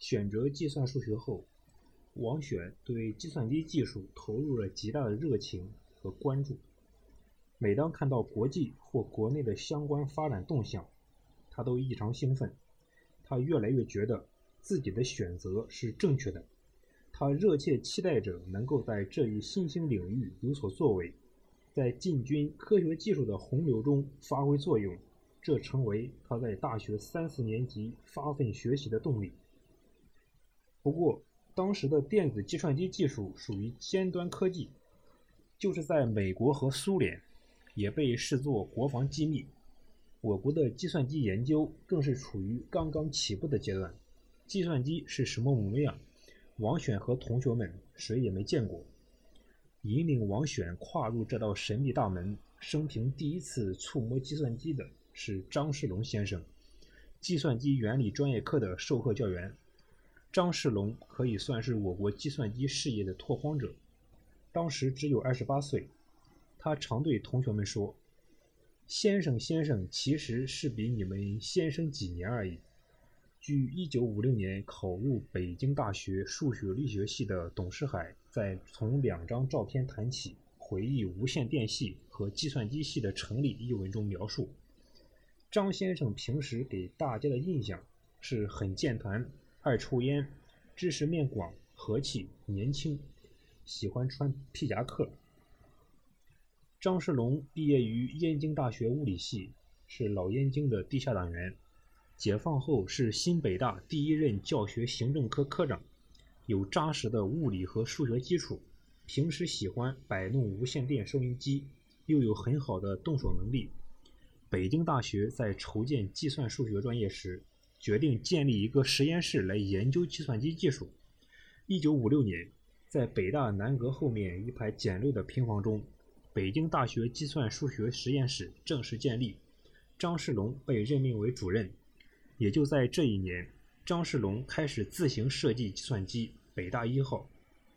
选择计算数学后，王选对计算机技术投入了极大的热情和关注。每当看到国际或国内的相关发展动向，他都异常兴奋。他越来越觉得自己的选择是正确的。他热切期待着能够在这一新兴领域有所作为，在进军科学技术的洪流中发挥作用，这成为他在大学3、4年级发奋学习的动力。不过，当时的电子计算机技术属于尖端科技，就是在美国和苏联，也被视作国防机密。我国的计算机研究更是处于刚刚起步的阶段。计算机是什么模样，王选和同学们谁也没见过。引领王选跨入这道神秘大门，生平第一次触摸计算机的是张世龙先生，计算机原理专业课的授课教员。张世龙可以算是我国计算机事业的拓荒者，当时只有28岁。他常对同学们说：“先生，其实是比你们先生几年而已。”据1956年考入北京大学数学力学系的董世海在从2张照片谈起，回忆无线电系和计算机系的成立一文中描述，张先生平时给大家的印象是很健谈，爱抽烟，知识面广，和气，年轻，喜欢穿皮夹克。张世龙毕业于燕京大学物理系，是老燕京的地下党员。解放后是新北大第1任教学行政科科长，有扎实的物理和数学基础，平时喜欢摆弄无线电收音机，又有很好的动手能力。北京大学在筹建计算数学专业时，决定建立一个实验室来研究计算机技术。1956年，在北大南阁后面一排简陋的平房中，北京大学计算数学实验室正式建立，张世龙被任命为主任。也就在这一年，张世龙开始自行设计计算机北大1号。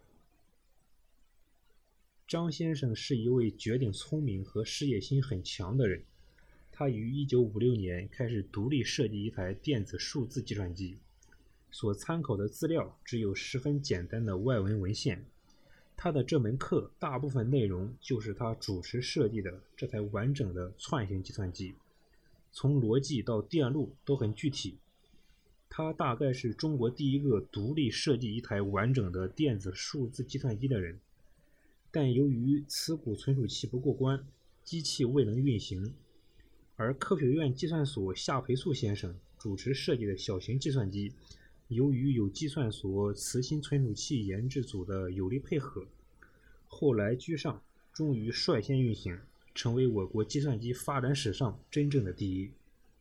张先生是一位绝顶聪明和事业心很强的人。他于1956年开始独立设计一台电子数字计算机，所参考的资料只有十分简单的外文文献。他的这门课大部分内容就是他主持设计的这台完整的串行计算机，从逻辑到电路都很具体。他大概是中国第一个独立设计一台完整的电子数字计算机的人。但由于磁骨存储器不过关，机器未能运行，而科学院计算所夏培素先生主持设计的小型计算机，由于有计算所磁芯存储器研制组的有力配合，后来居上，终于率先运行，成为我国计算机发展史上真正的第一。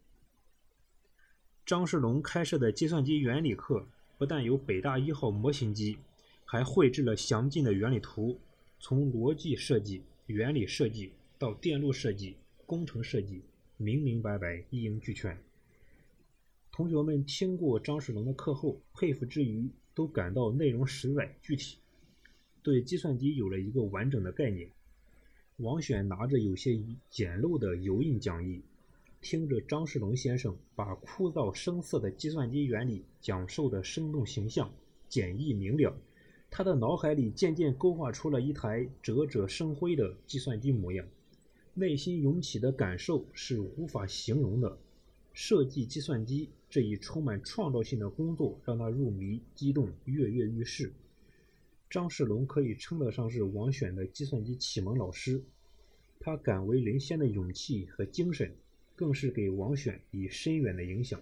张世龙开设的计算机原理课不但有北大1号模型机，还绘制了详尽的原理图，从逻辑设计、原理设计到电路设计、工程设计，明明白白，一应俱全。同学们听过张世龙的课后，佩服之余都感到内容实在具体，对计算机有了一个完整的概念。王选拿着有些简陋的油印讲义，听着张世龙先生把枯燥生涩的计算机原理讲授的生动形象，简易明了，他的脑海里渐渐勾画出了一台折折生辉的计算机模样，内心涌起的感受是无法形容的。设计计算机这一充满创造性的工作让他入迷激动，跃跃欲试。张世龙可以称得上是王选的计算机启蒙老师，他敢为人先的勇气和精神更是给王选以深远的影响。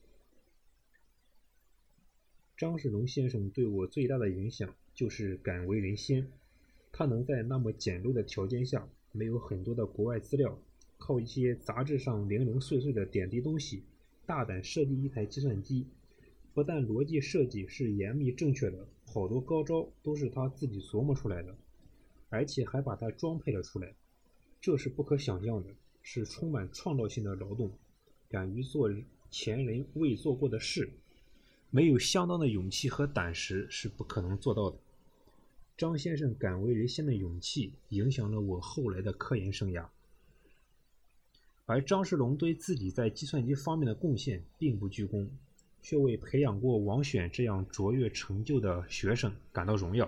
张世龙先生对我最大的影响就是敢为人先，他能在那么简陋的条件下，没有很多的国外资料，靠一些杂志上零零碎碎的点滴东西，大胆设计一台计算机，不但逻辑设计是严密正确的，好多高招都是他自己琢磨出来的，而且还把它装配了出来，这是不可想象的，是充满创造性的劳动，敢于做前人未做过的事，没有相当的勇气和胆识是不可能做到的。张先生敢为人先的勇气影响了我后来的科研生涯。而张世龙对自己在计算机方面的贡献并不居功， 却为培养过王选这样卓越成就的学生感到荣耀。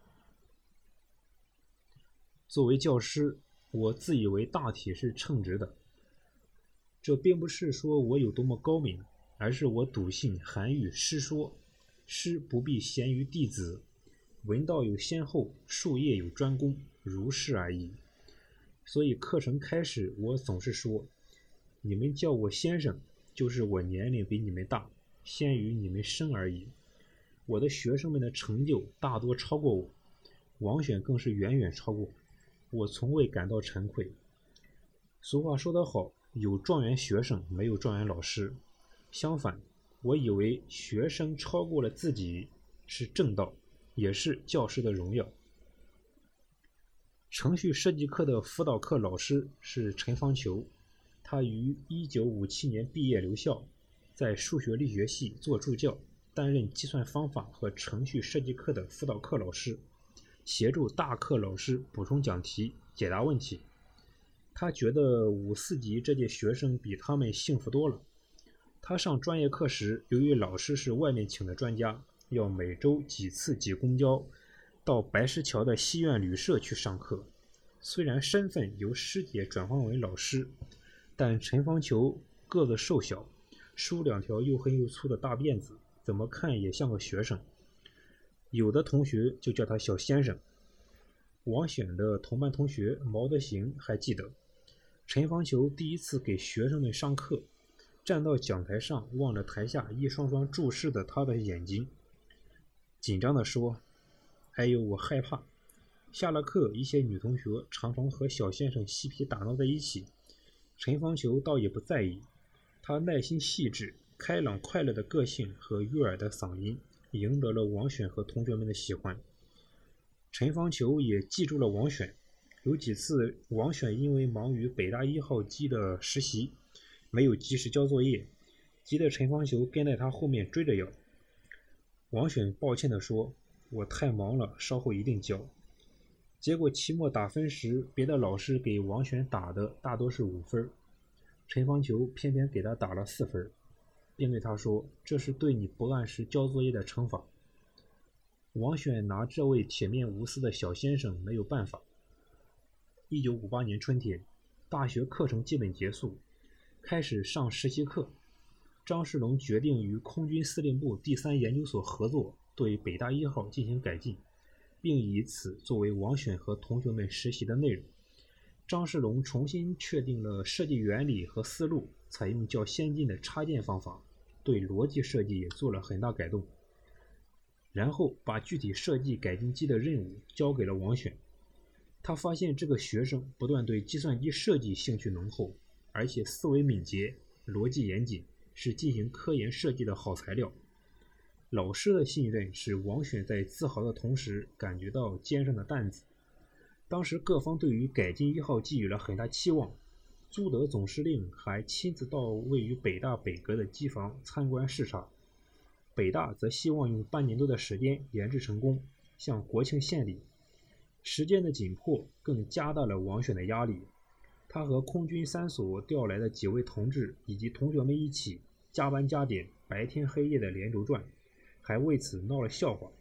作为教师，我自以为大体是称职的，这并不是说我有多么高明，而是我笃信韩愈诗说，师不必贤于弟子，闻道有先后，术业有专攻，如是而已。所以课程开始，我总是说，你们叫我先生，就是我年龄比你们大，先于你们生而已。我的学生们的成就大多超过我，王选更是远远超过我从未感到惭愧。俗话说得好，有状元学生，没有状元老师。相反，我以为学生超过了自己是正道，也是教师的荣耀。程序设计课的辅导课老师是陈方球，他于1957年毕业留校，在数学力学系做助教，担任计算方法和程序设计课的辅导课老师，协助大课老师补充讲题、解答问题。他觉得5、4级这届学生比他们幸福多了。他上专业课时，由于老师是外面请的专家，要每周几次挤公交到白石桥的西苑旅社去上课。虽然身份由师姐转换为老师，但陈方球个子瘦小，梳2条又黑又粗的大辫子，怎么看也像个学生。有的同学就叫他小先生。王选的同班同学毛德行还记得，陈方球第一次给学生们上课，站到讲台上，望着台下一双双注视的他的眼睛，紧张地说：“哎呦，我害怕。”下了课，一些女同学常常和小先生嬉皮打闹在一起，陈方球倒也不在意。他耐心细致、开朗快乐的个性和悦耳的嗓音，赢得了王选和同学们的喜欢。陈方球也记住了王选。有几次，王选因为忙于北大1号机的实习，没有及时交作业，急得陈方球跟在他后面追着要。王选抱歉地说：“我太忙了，稍后一定交。”结果期末打分时，别的老师给王选打的大多是5分，陈方球偏偏给他打了4分，并对他说：“这是对你不按时交作业的惩罚。”王选拿这位铁面无私的小先生没有办法。1958年春天，大学课程基本结束，开始上实习课。张世龙决定与空军司令部第3研究所合作，对北大1号进行改进，并以此作为王选和同学们实习的内容。张世龙重新确定了设计原理和思路，采用较先进的插件方法，对逻辑设计也做了很大改动。然后把具体设计改进机的任务交给了王选。他发现这个学生不但对计算机设计兴趣浓厚，而且思维敏捷，逻辑严谨，是进行科研设计的好材料。老师的信任使王选在自豪的同时感觉到肩上的担子。当时各方对于改进1号寄予了很大期望，朱德总司令还亲自到位于北大北阁的机房参观视察。北大则希望用半年多的时间研制成功，向国庆献礼。时间的紧迫更加大了王选的压力。他和空军3所调来的几位同志以及同学们一起加班加点，白天黑夜的连轴转，还为此闹了笑话。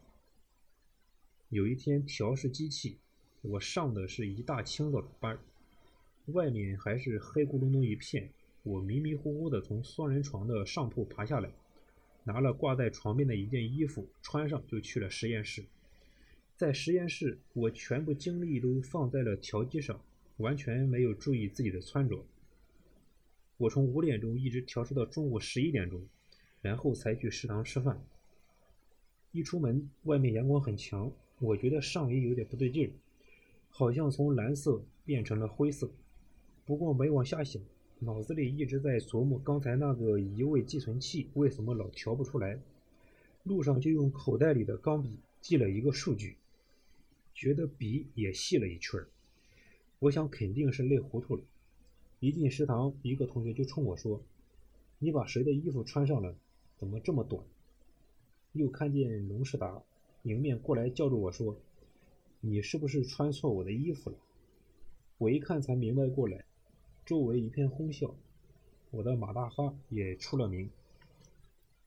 有一天调试机器，我上的是一大清早的班，外面还是黑咕隆咚一片，我迷迷糊糊地从双人床的上铺爬下来，拿了挂在床边的一件衣服穿上，就去了实验室。在实验室，我全部精力都放在了调机上，完全没有注意自己的穿着。我从5点钟一直调试到中午11点钟，然后才去食堂吃饭。一出门，外面阳光很强，我觉得上衣有点不对劲，好像从蓝色变成了灰色。不过没往下想，脑子里一直在琢磨刚才那个移位寄存器为什么老调不出来。路上就用口袋里的钢笔记了一个数据，觉得笔也细了一圈。我想肯定是累糊涂了。一进食堂，一个同学就冲我说：“你把谁的衣服穿上了？怎么这么短？”又看见龙世达迎面过来叫住我说：“你是不是穿错我的衣服了？”我一看才明白过来，周围一片哄笑，我的马大哈也出了名。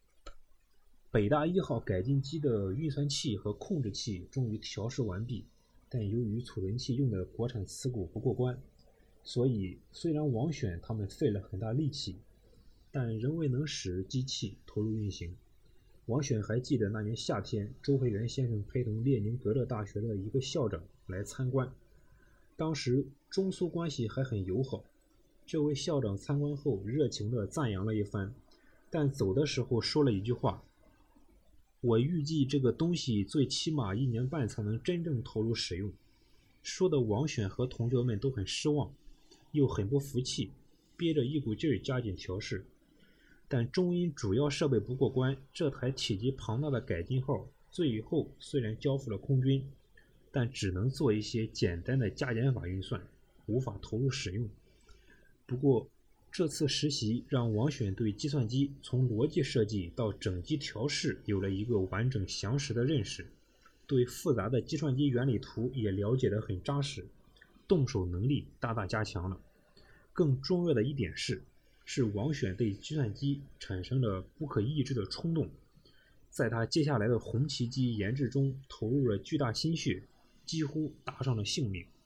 北大1号改进机的运算器和控制器终于调试完毕，但由于储存器用的国产磁骨不过关，所以虽然王选他们费了很大力气，但仍未能使机器投入运行。王选还记得那年夏天，周培源先生陪同列宁格勒大学的一个校长来参观，当时中苏关系还很友好。这位校长参观后热情地赞扬了一番，但走的时候说了一句话：我预计这个东西最起码1年半才能真正投入使用。说的王选和同学们都很失望，又很不服气，憋着一股劲儿加紧调试。但终因主要设备不过关，这台体积庞大的改进号最后虽然交付了空军，但只能做一些简单的加减法运算，无法投入使用。不过这次实习让王选对计算机从逻辑设计到整机调试有了一个完整详实的认识，对复杂的计算机原理图也了解得很扎实，动手能力大大加强了。更重要的一点是王选对计算机产生了不可抑制的冲动，在他接下来的红旗机研制中投入了巨大心血，几乎搭上了性命。